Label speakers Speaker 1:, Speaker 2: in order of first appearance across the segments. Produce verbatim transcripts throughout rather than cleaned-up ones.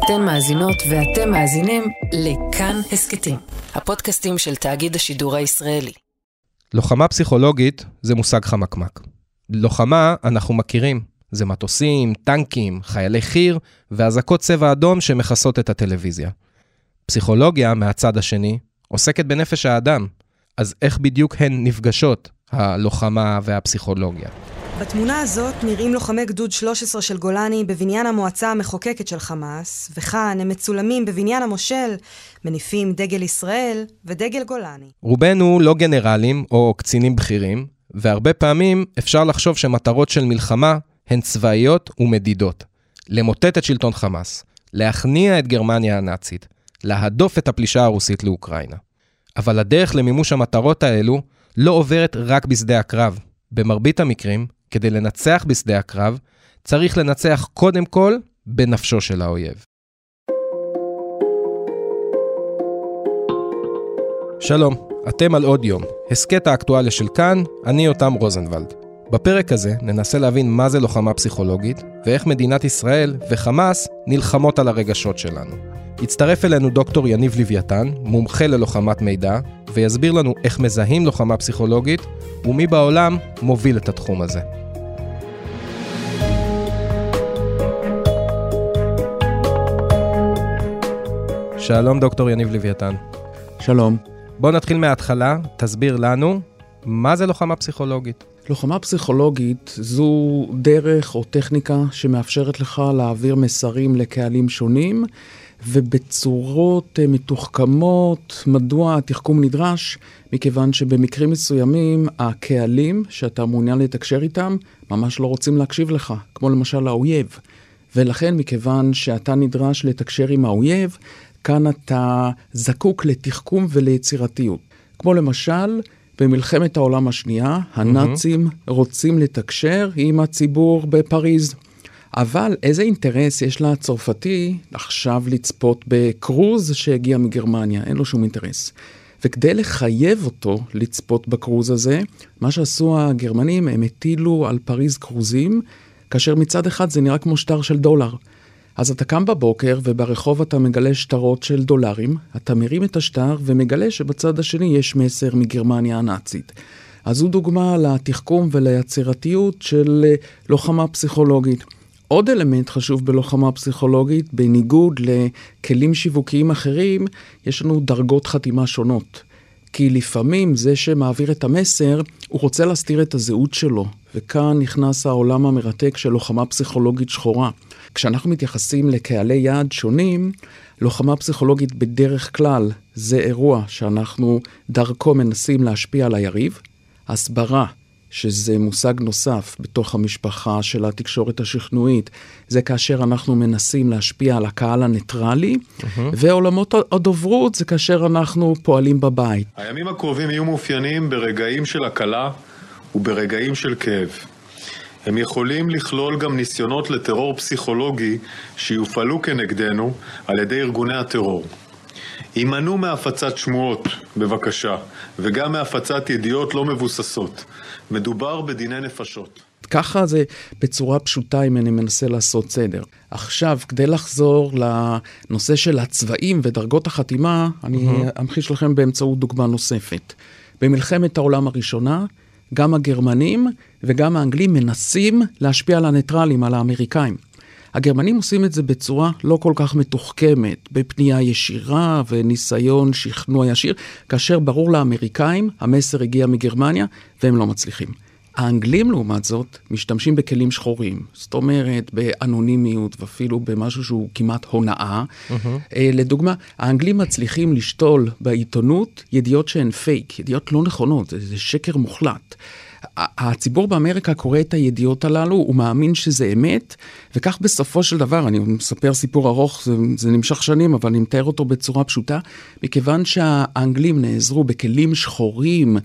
Speaker 1: אתן מאזינות ואתם מאזינים לכאן הסקטים, הפודקאסטים של תאגיד השידור הישראלי.
Speaker 2: לוחמה פסיכולוגית זה מושג חמקמק. לוחמה אנחנו מכירים, זה מטוסים, טנקים, חיילי חיר והזקות צבע אדום שמכסות את הטלוויזיה. פסיכולוגיה מהצד השני עוסקת בנפש האדם, אז איך בדיוק הן נפגשות, הלוחמה והפסיכולוגיה?
Speaker 3: בתמונה הזאת נראים לוחמי גדוד שלוש עשרה של גולני בבניין המועצה המחוקקת של חמאס, וכאן הם מצולמים בבניין המושל, מניפים דגל ישראל ודגל גולני. רובנו לא גנרלים או קצינים בכירים, והרבה פעמים אפשר לחשוב שמטרות של מלחמה הן צבאיות ומדידות. למוטט את שלטון חמאס, להכניע את גרמניה הנאצית, להדוף את הפלישה הרוסית לאוקראינה. אבל הדרך למימוש המטרות האלו לא עוברת רק בשדה הקרב. במרבית המקרים, כדי לנצח בשדה הקרב, צריך לנצח קודם כל בנפשו של האויב. שלום, אתם על עוד יום, הסקט האקטואליה של כאן, אני יותם רוזנבלד. בפרק הזה ננסה להבין מה זה לוחמה פסיכולוגית, ואיך מדינת ישראל וחמאס נלחמות על הרגשות שלנו. יצטרף אלינו דוקטור יניב לוויתן, מומחה ללוחמת מידע, ויסביר לנו איך מזהים לוחמה פסיכולוגית, ומי בעולם מוביל את התחום הזה. שלום דוקטור יניב לוויתן.
Speaker 4: שלום.
Speaker 2: בוא נתחיל מההתחלה, תסביר לנו מה זה לוחמה פסיכולוגית.
Speaker 4: לוחמה פסיכולוגית זו דרך או טכניקה שמאפשרת לך להעביר מסרים לקהלים שונים, ובצורות מתוחכמות. מדוע התחכום נדרש? מכיוון שבמקרים מסוימים הקהלים שאתה מעוניין לתקשר איתם ממש לא רוצים להקשיב לך, כמו למשל האויב. ולכן מכיוון שאתה נדרש לתקשר עם האויב, כאן אתה זקוק לתחכום וליצירתיות. כמו למשל, במלחמת העולם השנייה, הנאצים mm-hmm. רוצים לתקשר עם הציבור בפריז. אבל איזה אינטרס יש לה הצרפתי עכשיו לצפות בקרוז שהגיע מגרמניה? אין לו שום אינטרס. וכדי לחייב אותו לצפות בקרוז הזה, מה שעשו הגרמנים, הם הטילו על פריז קרוזים, כאשר מצד אחד זה נראה כמו שטר של דולר. אז אתה קם בבוקר וברחוב אתה מגלה שטרות של דולרים, אתה מרים את השטר ומגלה שבצד השני יש מסר מגרמניה הנאצית. אז זו דוגמה לתחכום וליצירתיות של לוחמה פסיכולוגית. עוד אלמנט חשוב בלוחמה פסיכולוגית, בניגוד לכלים שיווקיים אחרים, יש לנו דרגות חתימה שונות. כי לפעמים זה שמעביר את המסר, הוא רוצה להסתיר את הזהות שלו. וכאן נכנס העולם המרתק של לוחמה פסיכולוגית שחורה. כשאנחנו מתייחסים לקהלי יעד שונים, לוחמה פסיכולוגית בדרך כלל זה אירוע שאנחנו דרכו מנסים להשפיע על היריב. הסברה, שזה מושג נוסף בתוך המשפחה של התקשורת השכנועית, זה כאשר אנחנו מנסים להשפיע על הקהל הניטרלי, uh-huh. ועולמות הדוברות זה כאשר אנחנו פועלים בבית.
Speaker 5: הימים הקרובים יהיו מאופיינים ברגעים של הקלה וברגעים של כאב. הם יכולים לכלול גם ניסיונות לטרור פסיכולוגי שיופעלו כנגדנו על ידי ארגוני הטרור. הימנעו מהפצת שמועות, בבקשה, וגם מהפצת ידיעות לא מבוססות. מדובר בדיני נפשות.
Speaker 4: ככה זה בצורה פשוטה אם אני מנסה לעשות סדר. עכשיו, כדי לחזור לנושא של הצבעים ודרגות החתימה, אני mm-hmm. אמחיש לכם באמצעות דוגמה נוספת. במלחמת העולם הראשונה, גם הגרמנים וגם האנגלים מנסים להשפיע על הניטרלים, על האמריקאים. הגרמנים עושים את זה בצורה לא כל כך מתוחכמת, בפנייה ישירה וניסיון שכנוע ישיר, כאשר ברור לאמריקאים, המסר הגיע מגרמניה והם לא מצליחים. האנגלים לעומת זאת משתמשים בכלים שחורים, זאת אומרת באנונימיות ואפילו במשהו שהוא כמעט הונאה. Mm-hmm. לדוגמה, האנגלים מצליחים לשתול בעיתונות ידיעות שהן פייק, ידיעות לא נכונות, זה, זה שקר מוחלט. הציבור באמריקה קורא את הידיעות הללו, הוא מאמין שזה אמת, וכך בסופו של דבר, אני מספר סיפור ארוך, זה, זה נמשך שנים, אבל אני מתאר אותו בצורה פשוטה, מכיוון שהאנגלים נעזרו בכלים שחורים,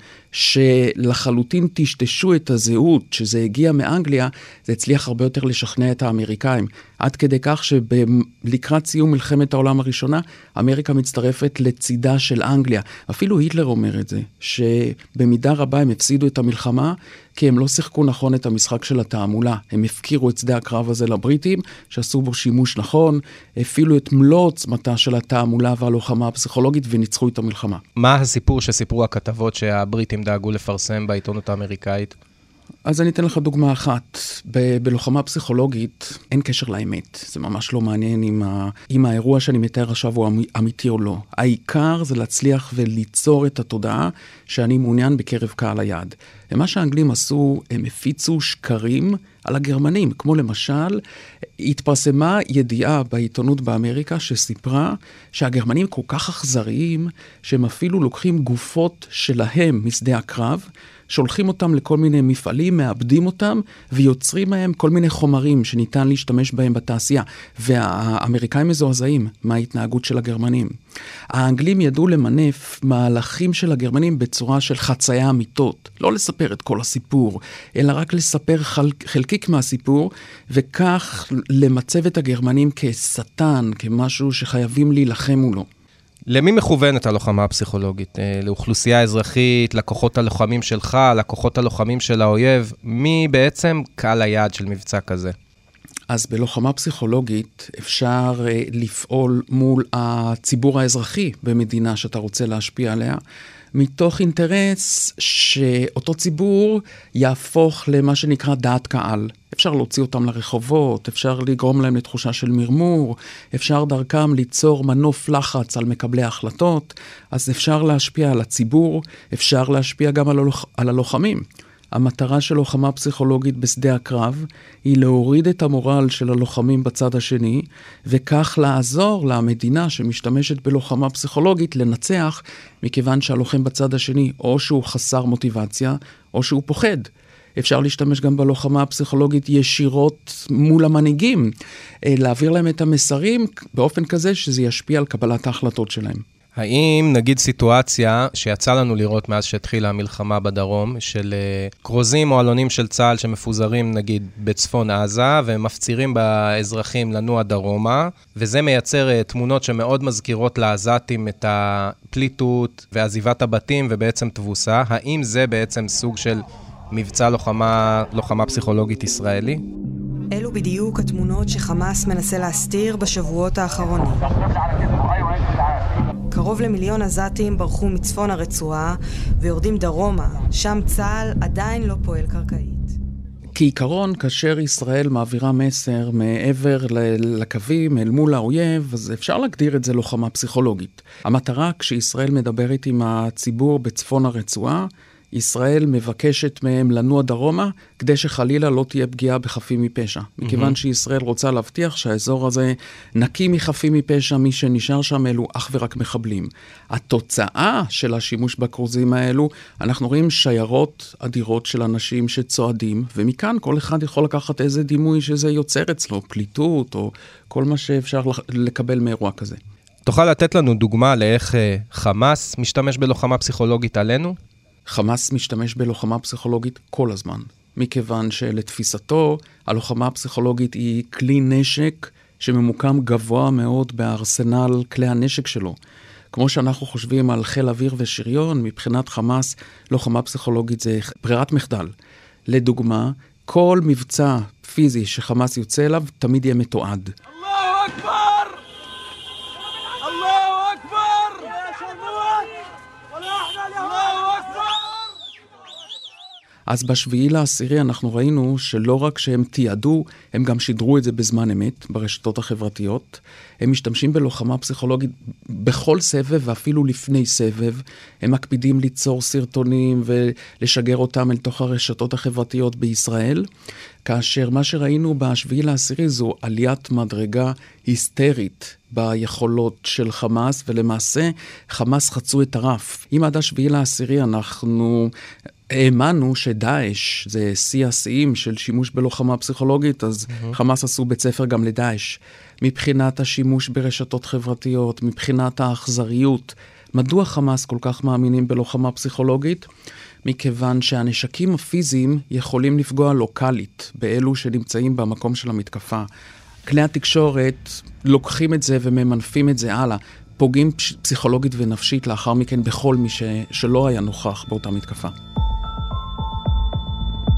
Speaker 4: שלחלוטין תשתשו את הזהות, שזה הגיע מאנגליה, זה הצליח הרבה יותר לשכנע את האמריקאים. עד כדי כך שלקראת סיום מלחמת העולם הראשונה, אמריקה מצטרפת לצידה של אנגליה. אפילו היטלר אומר את זה, שבמידה רבה הם הפסידו את המלחמה, כי הם לא שיחקו נכון את המשחק של התעמולה. הם הפקירו את שדה הקרב הזה לבריטים, שעשו בו שימוש נכון, הפעילו את מלוא עוצמתה של התעמולה והלוחמה הפסיכולוגית וניצחו את המלחמה.
Speaker 2: מה הסיפור שסיפרו הכתבות שהבריטים דאגו לפרסם בעיתונות האמריקאית?
Speaker 4: אז אני אתן לך דוגמה אחת. ב- בלוחמה פסיכולוגית אין קשר לאמת. זה ממש לא מעניין אם, ה- אם האירוע שאני מתאר עכשיו הוא אמ- אמיתי או לא. העיקר זה להצליח וליצור את התודעה שאני מעוניין בקרב קהל היעד. ומה שהאנגלים עשו, הם הפיצו שקרים על הגרמנים. כמו למשל, התפרסמה ידיעה בעיתונות באמריקה שסיפרה שהגרמנים כל כך אכזריים שהם אפילו לוקחים גופות שלהם משדה הקרב, שולחים אותם לכל מיני מפעלים, מאבדים אותם, ויוצרים מהם כל מיני חומרים שניתן להשתמש בהם בתעשייה. והאמריקאים מזועזעים מההתנהגות של הגרמנים. האנגלים ידעו למנף מהלכים של הגרמנים בצורה של חצייה אמיתות. לא לספר את כל הסיפור, אלא רק לספר חל... חלקיק מהסיפור, וכך למצב את הגרמנים כשטן, כמשהו שחייבים להילחם מולו.
Speaker 2: למי מכוונת הלוחמה הפסיכולוגית? לאוכלוסייה אזרחית, לכוחות הלוחמים שלך, לכוחות הלוחמים של האויב? מי בעצם קהל היעד של מבצע כזה?
Speaker 4: אז בלוחמה פסיכולוגית אפשר לפעול מול הציבור האזרחי במדינה שאתה רוצה להשפיע עליה, מתוך אינטרס שאותו ציבור יהפוך למה שנקרא דעת קהל. אפשר להוציא אותם לרחובות, אפשר לגרום להם לתחושה של מרמור, אפשר דרכם ליצור מנוף לחץ על מקבלי ההחלטות, אז אפשר להשפיע על הציבור, אפשר להשפיע גם על, הלוח, על הלוחמים. המטרה של לוחמה פסיכולוגית בשדה הקרב היא להוריד את המורל של הלוחמים בצד השני, וכך לעזור למדינה שמשתמשת בלוחמה פסיכולוגית לנצח, מכיוון שהלוחם בצד השני או שהוא חסר מוטיבציה או שהוא פוחד. אפשר להשתמש גם בלוחמה הפסיכולוגית ישירות מול המנהיגים, להעביר להם את המסרים באופן כזה שזה ישפיע על קבלת ההחלטות שלהם.
Speaker 2: האם נגיד סיטואציה שיצא לנו לראות מאז שהתחילה המלחמה בדרום, של קרוזים או אלונים של צה"ל שמפוזרים נגיד בצפון עזה, והם מפצירים באזרחים לנוע דרומה, וזה מייצר תמונות שמאוד מזכירות לעזתים את הפליטות ועזיבת הבתים ובעצם תבוסה, האם זה בעצם סוג של מבצע לוחמה, לוחמה פסיכולוגית ישראלי?
Speaker 3: אלו בדיוק התמונות שחמאס מנסה להסתיר בשבועות האחרונים. קרוב למיליון עזתים ברחו מצפון הרצועה ויורדים דרומה, שם צה"ל עדיין לא פועל קרקעית.
Speaker 4: כעיקרון, כאשר ישראל מעבירה מסר מעבר לקווים אל מול האויב, אז אפשר להגדיר את זה לוחמה פסיכולוגית. המטרה, כשישראל מדברת עם הציבור בצפון הרצועה, ישראל מבקשת מהם לנוע דרומה, כדי שחלילה לא תהיה פגיעה בחפים מפשע. Mm-hmm. מכיוון שישראל רוצה להבטיח שהאזור הזה נקי מחפים מפשע, מי שנשאר שם אלו אך ורק מחבלים. התוצאה של השימוש בקרוזים האלו, אנחנו רואים שיירות אדירות של אנשים שצועדים, ומכאן כל אחד יכול לקחת איזה דימוי שזה יוצר אצלו, פליטות, או כל מה שאפשר לקבל מאירוע כזה.
Speaker 2: תוכל לתת לנו דוגמה לאיך חמאס משתמש בלוחמה פסיכולוגית עלינו?
Speaker 4: חמאס משתמש בלוחמה פסיכולוגית כל הזמן, מכיוון שלתפיסתו, הלוחמה הפסיכולוגית היא כלי נשק שממוקם גבוה מאוד בארסנל כלי הנשק שלו. כמו שאנחנו חושבים על חיל אוויר ושריון, מבחינת חמאס, לוחמה פסיכולוגית זה ברירת מחדל. לדוגמה, כל מבצע פיזי שחמאס יוצא אליו, תמיד יהיה מתועד.
Speaker 6: אללהו אכבר! אללהו אכבר! יא שבוע!
Speaker 4: אז בשביעי לעשירי אנחנו ראינו שלא רק שהם תיעדו, הם גם שידרו את זה בזמן אמת ברשתות החברתיות. הם משתמשים בלוחמה פסיכולוגית בכל סבב ואפילו לפני סבב. הם מקפידים ליצור סרטונים ולשגר אותם אל תוך הרשתות החברתיות בישראל. כאשר מה שראינו בשביעי לעשירי זו עליית מדרגה היסטרית ביכולות של חמאס, ולמעשה חמאס חצו את הרף. אם עד השביעי לעשירי אנחנו האמנו שדאעש זה שיא השיאים של שימוש בלוחמה פסיכולוגית, אז mm-hmm. חמאס עשו בית ספר גם לדאעש. מבחינת השימוש ברשתות חברתיות, מבחינת האכזריות, מדוע חמאס כל כך מאמינים בלוחמה פסיכולוגית? מכיוון שהנשקים הפיזיים יכולים לפגוע לוקלית באלו שנמצאים במקום של המתקפה. כלי התקשורת לוקחים את זה וממנפים את זה הלאה, פוגעים פסיכולוגית ונפשית לאחר מכן בכל מי ש... שלא היה נוכח באותה מתקפה.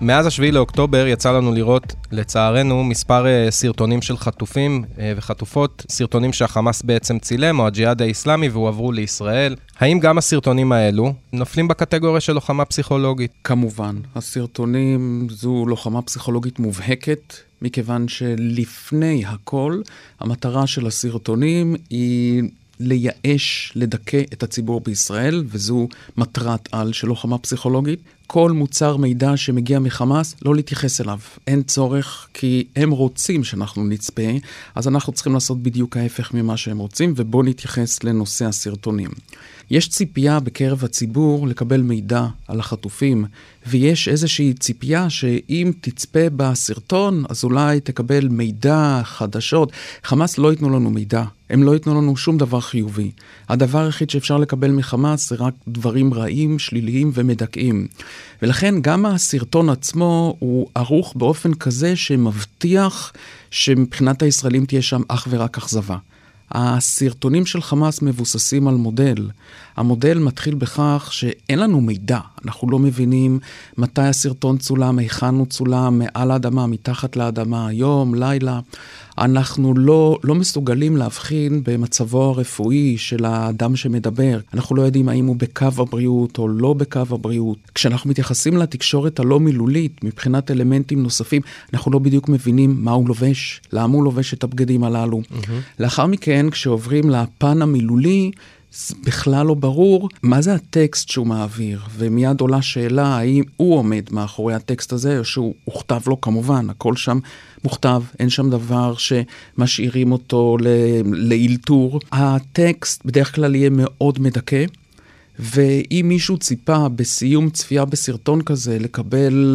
Speaker 2: מאז השביעי לאוקטובר יצא לנו לראות, לצערנו, מספר סרטונים של חטופים וחטופות, סרטונים שהחמאס בעצם צילם, או הג'יהאד האסלאמי, והועברו לישראל. האם גם הסרטונים האלו נופלים בקטגוריה של לוחמה פסיכולוגית?
Speaker 4: כמובן, הסרטונים זו לוחמה פסיכולוגית מובהקת, מכיוון שלפני הכל, המטרה של הסרטונים היא לייאש, לדכא את הציבור בישראל, וזו מטרת על של לוחמה פסיכולוגית. כל מוצר מידע שמגיע מחמאס, לא להתייחס אליו. אין צורך, כי הם רוצים שאנחנו נצפה, אז אנחנו צריכים לעשות בדיוק ההפך ממה שהם רוצים, ובואו נתייחס לנושא הסרטונים. יש ציפייה בקרב הציבור לקבל מידע על החטופים, ויש איזושהי ציפייה שאם תצפה בסרטון, אז אולי תקבל מידע, חדשות. חמאס לא ייתנו לנו מידע, הם לא ייתנו לנו שום דבר חיובי. הדבר היחיד שאפשר לקבל מחמאס זה רק דברים רעים, שליליים ומדכאים. ולכן גם הסרטון עצמו הוא ערוך באופן כזה שמבטיח שמבחינת הישראלים תהיה שם אך ורק אכזבה. הסרטונים של חמאס מבוססים על מודל. המודל מתחיל בכך שאין לנו מידע. אנחנו לא מבינים מתי הסרטון צולם, היכן הוא צולם, מעל האדמה, מתחת לאדמה, יום, לילה. אנחנו לא, לא מסוגלים להבחין במצבו הרפואי של האדם שמדבר. אנחנו לא יודעים האם הוא בקו הבריאות או לא בקו הבריאות. כשאנחנו מתייחסים לתקשורת הלא מילולית, מבחינת אלמנטים נוספים, אנחנו לא בדיוק מבינים מה הוא לובש, למה הוא לובש את הבגדים הללו. Mm-hmm. לאחר מכן, כשעוברים לפן המילולי, בכלל לא ברור מה זה הטקסט שהוא מעביר, ומיד עולה שאלה האם הוא עומד מאחורי הטקסט הזה, או שהוא הוכתב לו כמובן, הכל שם מוכתב, אין שם דבר שמשאירים אותו לאלתור. הטקסט בדרך כלל יהיה מאוד מדכא, ואם מישהו ציפה בסיום צפייה בסרטון כזה לקבל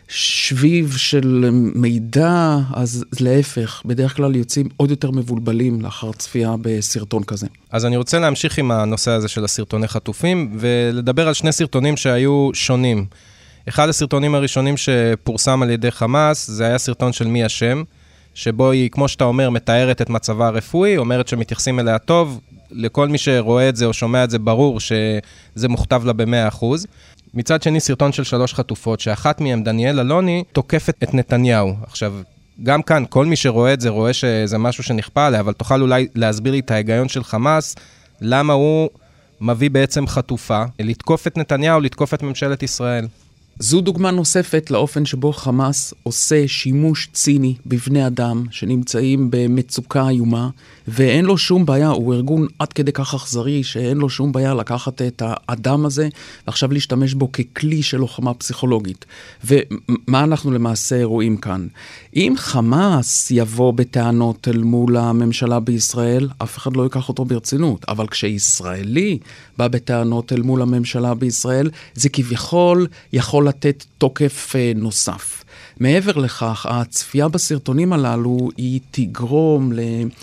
Speaker 4: שביב של מידע, אז להפך, בדרך כלל יוצאים עוד יותר מבולבלים לאחר צפייה בסרטון כזה.
Speaker 2: אז אני רוצה להמשיך עם הנושא הזה של הסרטוני חטופים, ולדבר על שני סרטונים שהיו שונים. אחד הסרטונים הראשונים שפורסם על ידי חמאס, זה היה סרטון של מי השם, שבו היא, כמו שאתה אומר, מתארת את מצבה הרפואי, אומרת שמתייחסים אליה טוב, לכל מי שרואה את זה או שומע את זה ברור שזה מוכתב לה ב-מאה אחוז. מצד שני, סרטון של שלוש חטופות, שאחת מהם, דניאל אלוני, תוקפת את נתניהו. עכשיו, גם כאן, כל מי שרואה את זה, רואה שזה משהו שנכפה עליה, אבל תוכל אולי להסביר לי את ההיגיון של חמאס, למה הוא מביא בעצם חטופה, לתקוף את נתניהו, לתקוף את ממשלת ישראל.
Speaker 4: זו דוגמה נוספת לאופן שבו חמאס עושה שימוש ציני בבני אדם שנמצאים במצוקה איומה, ואין לו שום בעיה, הוא ארגון עד כדי כך אכזרי, שאין לו שום בעיה לקחת את האדם הזה, ועכשיו להשתמש בו ככלי של לוחמה פסיכולוגית. ומה אנחנו למעשה רואים כאן? אם חמאס יבוא בטענות אל מול הממשלה בישראל, אף אחד לא ייקח אותו ברצינות, אבל כשישראלי בא בטענות אל מול הממשלה בישראל, זה כביכול יכול לתת תוקף נוסף. מעבר לכך, הצפייה בסרטונים הללו היא תגרום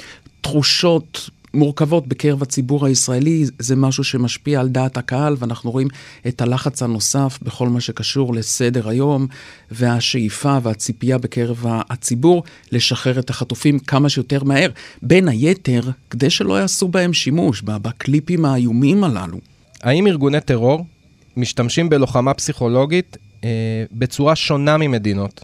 Speaker 4: לתחושות מורכבות בקרב הציבור הישראלי, זה משהו שמשפיע על דעת הקהל, ואנחנו רואים את הלחץ הנוסף בכל מה שקשור לסדר היום, והשאיפה והציפייה בקרב הציבור לשחרר את החטופים כמה שיותר מהר, בין היתר, כדי שלא יעשו בהם שימוש, בקליפים האיומים הללו.
Speaker 2: האם ארגוני טרור משתמשים בלוחמה פסיכולוגית אה, בצורה שונה ממדינות?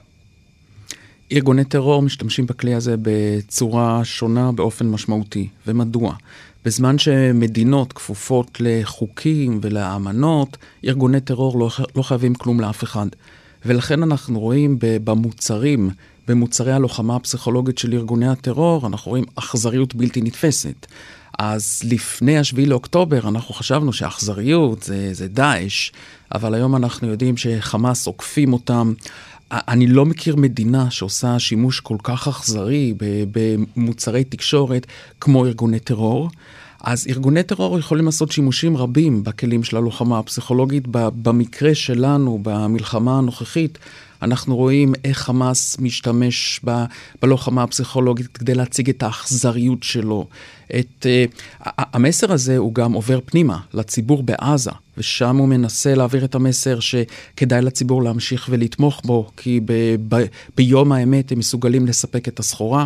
Speaker 4: ארגוני טרור משתמשים בכלי הזה בצורה שונה באופן משמעותי. ומדוע? בזמן שמדינות כפופות לחוקים ולאמנות, ארגוני טרור לא, לא חייבים כלום לאף אחד. ולכן אנחנו רואים במוצרים, במוצרי הלוחמה הפסיכולוגית של ארגוני הטרור, אנחנו רואים אכזריות בלתי נתפסת. אז לפני השביעי לאוקטובר אנחנו חשבנו שהאכזריות זה, זה דאעש, אבל היום אנחנו יודעים שחמאס עוקפים אותם. אני לא מכיר מדינה שעושה שימוש כל כך אכזרי במוצרי תקשורת כמו ארגוני טרור. אז ארגוני טרור יכולים לעשות שימושים רבים בכלים של הלוחמה הפסיכולוגית. במקרה שלנו, במלחמה הנוכחית, אנחנו רואים איך חמאס משתמש ב, בלוחמה הפסיכולוגית כדי להציג את האכזריות שלו. את, uh, המסר הזה הוא גם עובר פנימה לציבור בעזה, ושם הוא מנסה להעביר את המסר שכדאי לציבור להמשיך ולתמוך בו, כי ב, ב, ביום האמת הם מסוגלים לספק את הסחורה.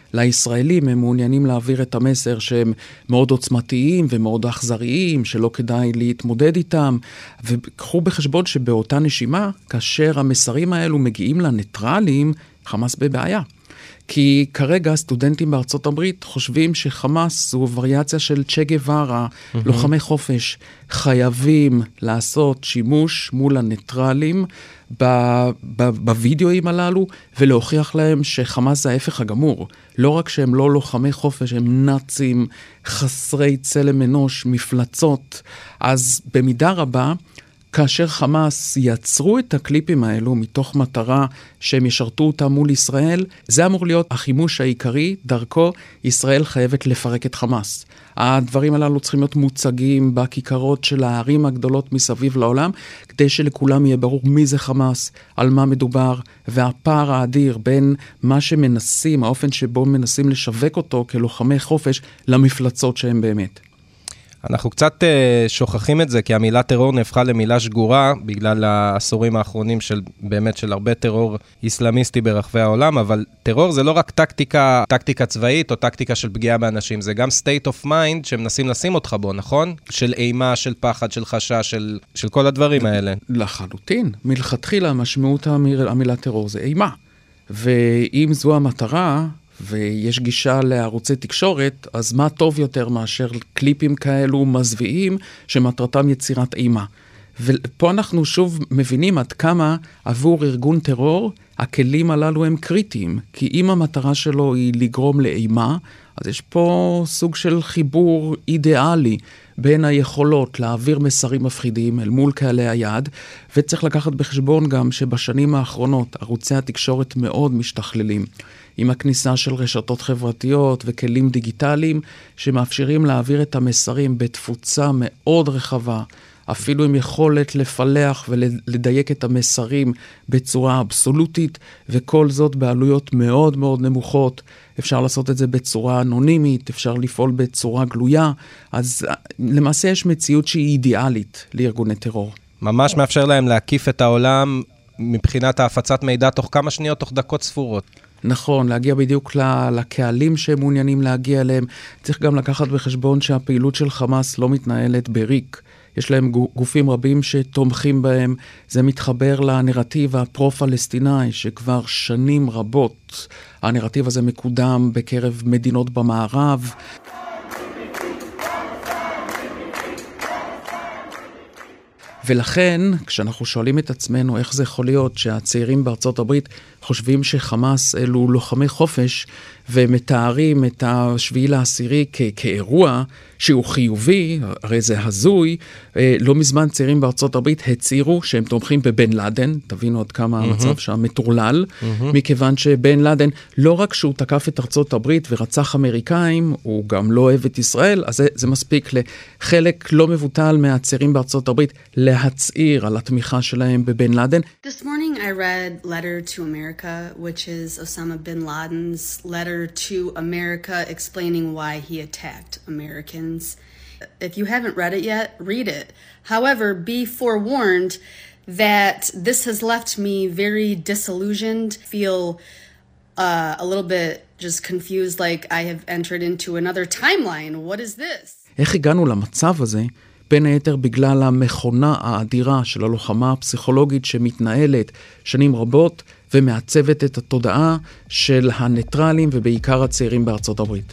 Speaker 4: לישראלים הם מעוניינים להעביר את המסר שהם מאוד עוצמתיים ומאוד אכזריים, שלא כדאי להתמודד איתם. וקחו בחשבון שבאותה נשימה, כאשר המסרים האלו מגיעים לניטרלים, חמאס בבעיה. כי כרגע סטודנטים בארצות הברית חושבים שחמאס הוא וריאציה של צ'ה גווארה, mm-hmm. לוחמי חופש, חייבים לעשות שימוש מול הניטרלים ב- ב- בווידאוים הללו, ולהוכיח להם שחמאס זה ההפך הגמור. לא רק שהם לא לוחמי חופש, הם נאצים, חסרי צלם אנוש, מפלצות. אז במידה רבה, כאשר חמאס יצרו את הקליפים האלו מתוך מטרה שהם ישרתו אותם מול ישראל, זה אמור להיות החימוש העיקרי, דרכו ישראל חייבת לפרק את חמאס. הדברים הללו צריכים להיות מוצגים בכיכרות של הערים הגדולות מסביב לעולם, כדי שלכולם יהיה ברור מי זה חמאס, על מה מדובר, והפער האדיר בין מה שמנסים, האופן שבו מנסים לשווק אותו כלוחמי חופש, למפלצות שהם באמת.
Speaker 2: אנחנו קצת uh, שוכחים את זה, כי המילה טרור נהפכה למילה שגורה, בגלל העשורים האחרונים של, באמת של הרבה טרור איסלאמיסטי ברחבי העולם, אבל טרור זה לא רק טקטיקה, טקטיקה צבאית או טקטיקה של פגיעה באנשים, זה גם state of mind שמנסים לשים אותך בו, נכון? של אימה, של פחד, של חשש, של, של כל הדברים האלה.
Speaker 4: לחלוטין. מלכתחילה, המשמעות המילה, המילה טרור זה אימה. ואם זו המטרה, ויש גישה לערוצי תקשורת, אז מה טוב יותר מאשר קליפים כאלו מזוויעים שמטרתם יצירת אימה. ופה אנחנו שוב מבינים עד כמה עבור ארגון טרור הכלים הללו הם קריטיים, כי אם המטרה שלו היא לגרום לאימה, אז יש פה סוג של חיבור אידיאלי בין היכולות להעביר מסרים מפחידים אל מול קהלי היעד, וצריך לקחת בחשבון גם שבשנים האחרונות ערוצי התקשורת מאוד משתכללים, עם הכניסה של רשתות חברתיות וכלים דיגיטליים שמאפשרים להעביר את המסרים בתפוצה מאוד רחבה, אפילו עם יכולת לפלח ולדייק את המסרים בצורה אבסולוטית, וכל זאת בעלויות מאוד מאוד נמוכות. אפשר לעשות את זה בצורה אנונימית, אפשר לפעול בצורה גלויה, אז למעשה יש מציאות שהיא אידיאלית לארגוני טרור.
Speaker 2: ממש מאפשר להם להקיף את העולם מבחינת ההפצת מידע תוך כמה שניות, תוך דקות ספורות.
Speaker 4: נכון, להגיע בדיוק לקהלים שהם מעוניינים להגיע אליהם. צריך גם לקחת בחשבון שהפעילות של חמאס לא מתנהלת בריק. יש להם גופים רבים שתומכים בהם. זה מתחבר לנרטיב הפרו-פלסטיני שכבר שנים רבות הנרטיב הזה מקודם בקרב מדינות במערב. ולכן, כשאנחנו שואלים את עצמנו איך זה יכול להיות שהצעירים בארצות הברית חושבים שחמאס אלו לוחמי חופש, ומתארים את השביעי לעשירי כ- כאירוע שהוא חיובי, הרי זה הזוי. לא מזמן צעירים בארצות הברית הצהירו שהם תומכים בבן לאדן, תבינו עד כמה mm-hmm. המצב שם מטורלל, mm-hmm. מכיוון שבן לאדן, לא רק שהוא תקף את ארצות הברית ורצח אמריקאים, הוא גם לא אוהב את ישראל, אז זה, זה מספיק לחלק לא מבוטל מהצעירים בארצות הברית להצהיר על התמיכה שלהם בבן לאדן.
Speaker 7: This morning I read Letter to America, which is Osama bin Laden's letter to America explaining why he attacked Americans. If you haven't read it yet, read it. However, be forewarned that this has left me very disillusioned, feel uh, a little bit just confused, like I have entered into another timeline. What is this?
Speaker 4: איך הגענו למצב הזה? בין היתר בגלל המכונה האדירה של הלוחמה הפסיכולוגית שמתנהלת שנים רבות ומעצבת את התודעה של הניטרלים ובעיקר הצעירים בארצות הברית.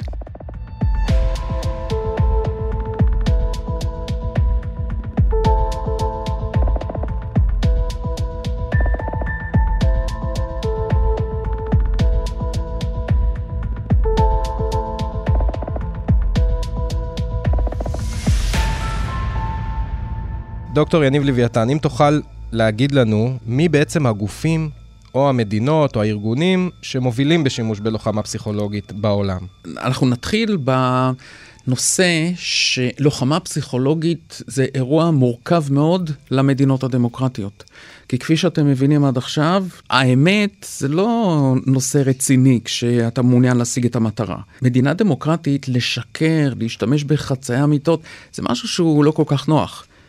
Speaker 2: דוקטור יניב לויתן, אם תוכל להגיד לנו מי בעצם הגופים או המדינות או הארגונים שמובילים בשימוש בלוחמה פסיכולוגית בעולם?
Speaker 4: אנחנו נתחיל בנושא שלוחמה פסיכולוגית זה אירוע מורכב מאוד למדינות הדמוקרטיות. כי כפי שאתם מבינים עד עכשיו, האמת זה לא נושא רציני כשאתה מעוניין להשיג את המטרה. מדינה דמוקרטית לשקר, להשתמש בחצאי אמיתות, זה משהו שהוא לא כל כך נוח.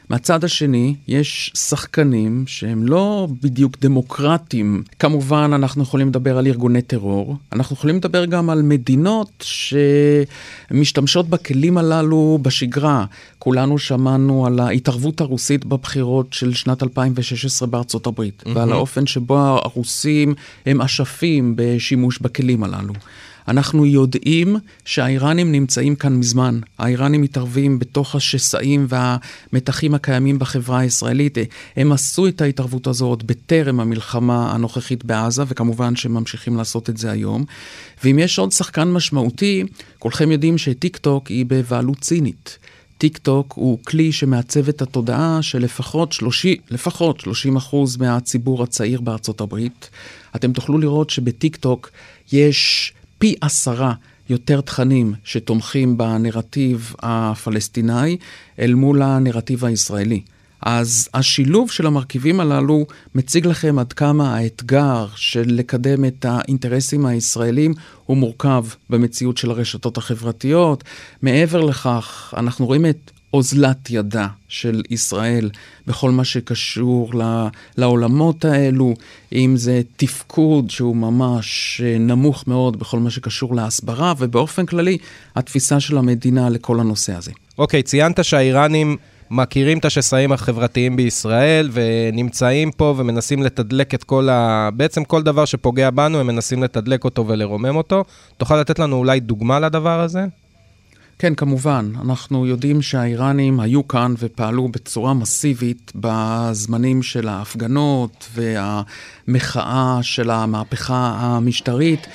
Speaker 4: מהצד השני, יש שחקנים שהם לא בדיוק דמוקרטיים. כמובן, אנחנו יכולים לדבר על ארגוני טרור, אנחנו יכולים לדבר גם על מדינות שמשתמשות בכלים הללו בשגרה. כולנו שמענו על ההתערבות הרוסית בבחירות של שנת אלפיים ושש עשרה בארצות הברית, mm-hmm. ועל האופן שבו הרוסים הם אשפים בשימוש בכלים הללו. אנחנו יודעים שהאיראנים נמצאים כאן מזמן. האיראנים מתערבים בתוך השסעים והמתחים הקיימים בחברה הישראלית. הם עשו את ההתערבות הזאת בטרם המלחמה הנוכחית בעזה, וכמובן שממשיכים לעשות את זה היום. ואם יש עוד שחקן משמעותי, כולכם יודעים שטיק טוק היא בבעלות צינית. טיק טוק הוא כלי שמעצב את התודעה של לפחות שלושים, לפחות שלושים אחוז מהציבור הצעיר בארצות הברית. אתם תוכלו לראות שבטיק טוק יש פי עשרה יותר תכנים שתומכים בנרטיב הפלסטיני אל מול הנרטיב הישראלי. אז השילוב של המרכיבים הללו מציג לכם עד כמה האתגר של לקדם את האינטרסים הישראלים הוא מורכב במציאות של הרשתות החברתיות. מעבר לכך, אנחנו רואים את אוזלת ידה של ישראל בכל מה שקשור לעולמות האלו, אם זה תפקוד שהוא ממש נמוך מאוד בכל מה שקשור להסברה, ובאופן כללי התפיסה של המדינה לכל הנושא הזה.
Speaker 2: אוקיי, ציינת שהאיראנים מכירים את השסעים החברתיים בישראל, ונמצאים פה ומנסים לתדלק את כל ה... בעצם כל דבר שפוגע בנו, הם מנסים לתדלק אותו ולרומם אותו. תוכל לתת לנו אולי דוגמה לדבר הזה?
Speaker 4: כן, כמובן. אנחנו יודעים שהאיראנים היו כאן ופעלו בצורה מסיבית בזמנים של ההפגנות והמחאה של המהפכה המשטרית.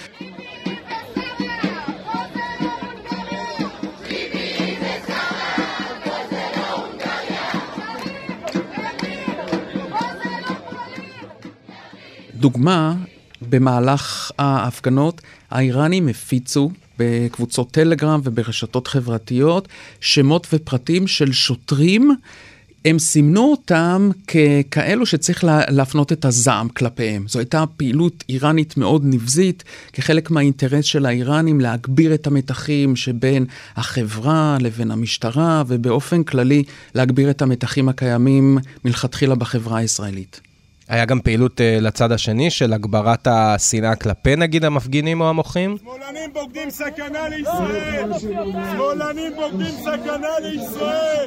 Speaker 4: דוגמה, במהלך ההפגנות, האיראנים הפיצו בקבוצות טלגרם וברשתות חברתיות שמות ופרטים של שוטרים. הם סימנו אותם ככאלו שצריך להפנות את הזעם כלפיהם. זו הייתה פעילות איראנית מאוד נבזית, כחלק מהאינטרס של האיראנים להגביר את המתחים שבין החברה לבין המשטרה, ובאופן כללי להגביר את המתחים הקיימים מלכתחילה בחברה הישראלית.
Speaker 2: היה גם פעילות uh, לצד השני של הגברת השנאה כלפי נגיד המפגינים או המוחים?
Speaker 6: שמאלנים בוגדים סכנה לישראל! שמאלנים בוגדים סכנה לישראל!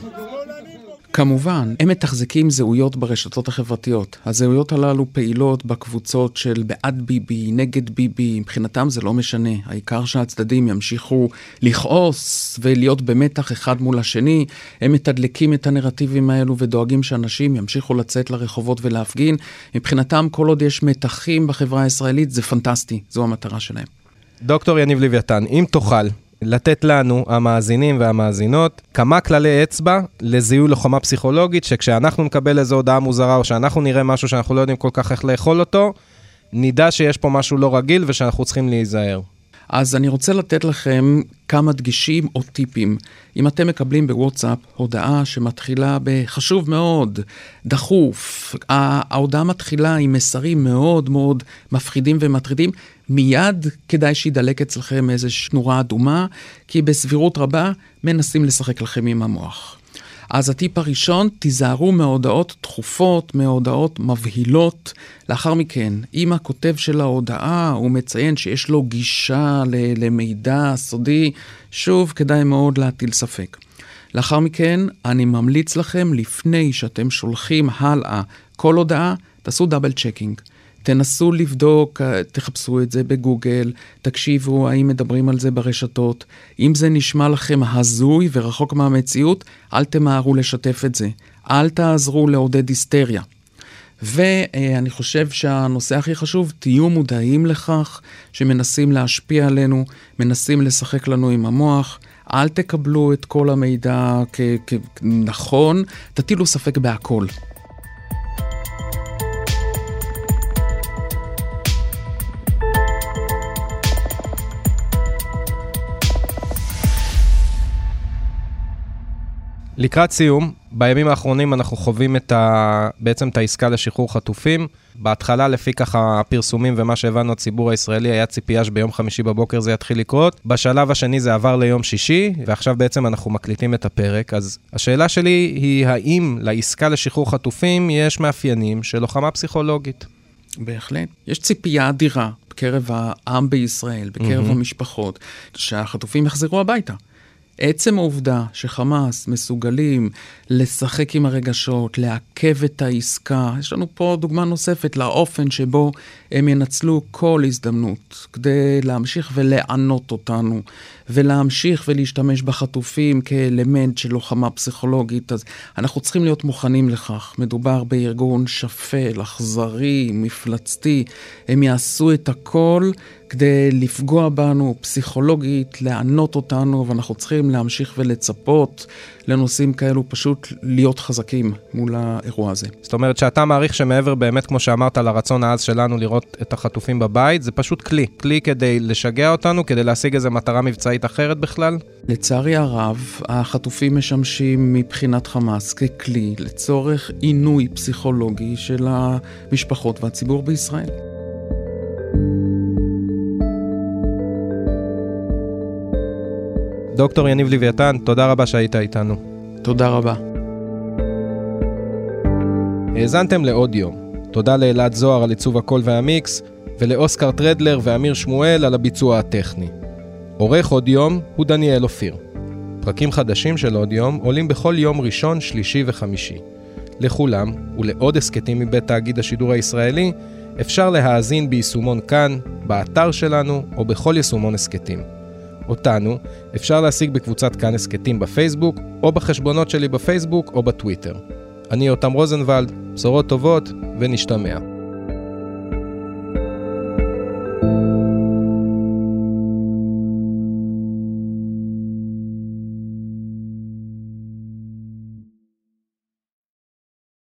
Speaker 4: כמובן, הם מתחזקים זהויות ברשתות החברתיות. הזהויות הללו פעילות בקבוצות של בעד ביבי, נגד ביבי, מבחינתם זה לא משנה. העיקר שהצדדים ימשיכו לכעוס ולהיות במתח אחד מול השני. הם מתדלקים את הנרטיבים האלו ודואגים שאנשים ימשיכו לצאת לרחובות ולהפגין. מבחינתם כל עוד יש מתחים בחברה הישראלית, זה פנטסטי. זו המטרה שלהם.
Speaker 2: דוקטור יניב לויתן, אם תוכל לתת לנו, המאזינים והמאזינות, כמה כללי אצבע לזיהוי לוחמה פסיכולוגית, שכשאנחנו נקבל איזו הודעה מוזרה, או שאנחנו נראה משהו שאנחנו לא יודעים כל כך איך לאכול אותו, נדע שיש פה משהו לא רגיל, ושאנחנו צריכים להיזהר.
Speaker 4: אז אני רוצה לתת לכם כמה דגישים או טיפים. אם אתם מקבלים בוואטסאפ הודעה שמתחילה בחשוב מאוד, דחוף, ההודעה מתחילה עם מסרים מאוד מאוד מפחידים ומטרידים, מיד כדאי שידלק אצלכם איזו שנורה אדומה, כי בסבירות רבה מנסים לשחק לכם עם המוח. אז הטיפ הראשון, תיזהרו מהודעות דחופות, מהודעות מבהילות. לאחר מכן, אם הכותב של ההודעה הוא מציין שיש לו גישה למידע סודי, שוב כדאי מאוד להטיל ספק. לאחר מכן, אני ממליץ לכם, לפני שאתם שולחים הלאה כל הודעה, תעשו דאבל צ'קינג. תנסו לבדוק, תחפשו את זה בגוגל, תקשיבו האם מדברים על זה ברשתות. אם זה נשמע לכם הזוי ורחוק מהמציאות, אל תמהרו לשתף את זה. אל תעזרו לעודד היסטריה. ואני חושב שהנושא הכי חשוב, תהיו מודעים לכך שמנסים להשפיע עלינו, מנסים לשחק לנו עם המוח. אל תקבלו את כל המידע כנכון, תטילו ספק בהכל.
Speaker 2: לקראת סיום, בימים האחרונים אנחנו חווים את ה... בעצם את העסקה לשחרור חטופים. בהתחלה, לפי ככה הפרסומים ומה שהבנו הציבור הישראלי, היה ציפייה שביום חמישי בבוקר זה יתחיל לקרות. בשלב השני זה עבר ליום שישי, ועכשיו בעצם אנחנו מקליטים את הפרק. אז השאלה שלי היא, האם לעסקה לשחרור חטופים יש מאפיינים של לוחמה פסיכולוגית?
Speaker 4: בהחלט. יש ציפייה אדירה בקרב העם בישראל, בקרב mm-hmm. המשפחות, שהחטופים יחזרו הביתה. עצם העובדה שחמאס מסוגלים לשחק עם הרגשות, לעכב את העסקה, יש לנו פה דוגמה נוספת לאופן שבו הם ינצלו כל הזדמנות כדי להמשיך ולענות אותנו, ולהמשיך ולהשתמש בחטופים כאלמנט של לוחמה פסיכולוגית. אז אנחנו צריכים להיות מוכנים לכך. מדובר בארגון שפל, אכזרי, מפלצתי. הם יעשו את הכל כדי לפגוע בנו פסיכולוגית, לענות אותנו, ואנחנו צריכים להמשיך ולצפות לנושאים כאלו, פשוט להיות חזקים מול האירוע הזה.
Speaker 2: זאת אומרת שאתה מעריך שמעבר באמת, כמו שאמרת, לרצון העז שלנו לראות את החטופים בבית, זה פשוט כלי. כלי כדי לשגע אותנו, כדי להשיג איזו מטרה מבצעית אחרת בכלל?
Speaker 4: לצערי הרב, החטופים משמשים מבחינת חמאס ככלי לצורך עינוי פסיכולוגי של המשפחות והציבור בישראל.
Speaker 2: דוקטור יניב לויתן, תודה רבה שהיית איתנו.
Speaker 4: תודה רבה.
Speaker 2: האזנתם לעוד יום. תודה לאלעד זוהר על עיצוב הקול והמיקס, ולאוסקר טרדלר ואמיר שמואל על הביצוע הטכני. עורך עוד יום הוא דניאל אופיר. פרקים חדשים של עוד יום עולים בכל יום ראשון, שלישי וחמישי. לכולם ולעוד הסקטים מבית תאגיד השידור הישראלי, אפשר להאזין ביישומון כאן, באתר שלנו או בכל יישומון הסקטים. אותנו אפשר להשיג בקבוצת כאן הסקטים בפייסבוק, או בחשבונות שלי בפייסבוק או בטוויטר. אני יותם רוזנבלד, בשורות טובות ונשתמע.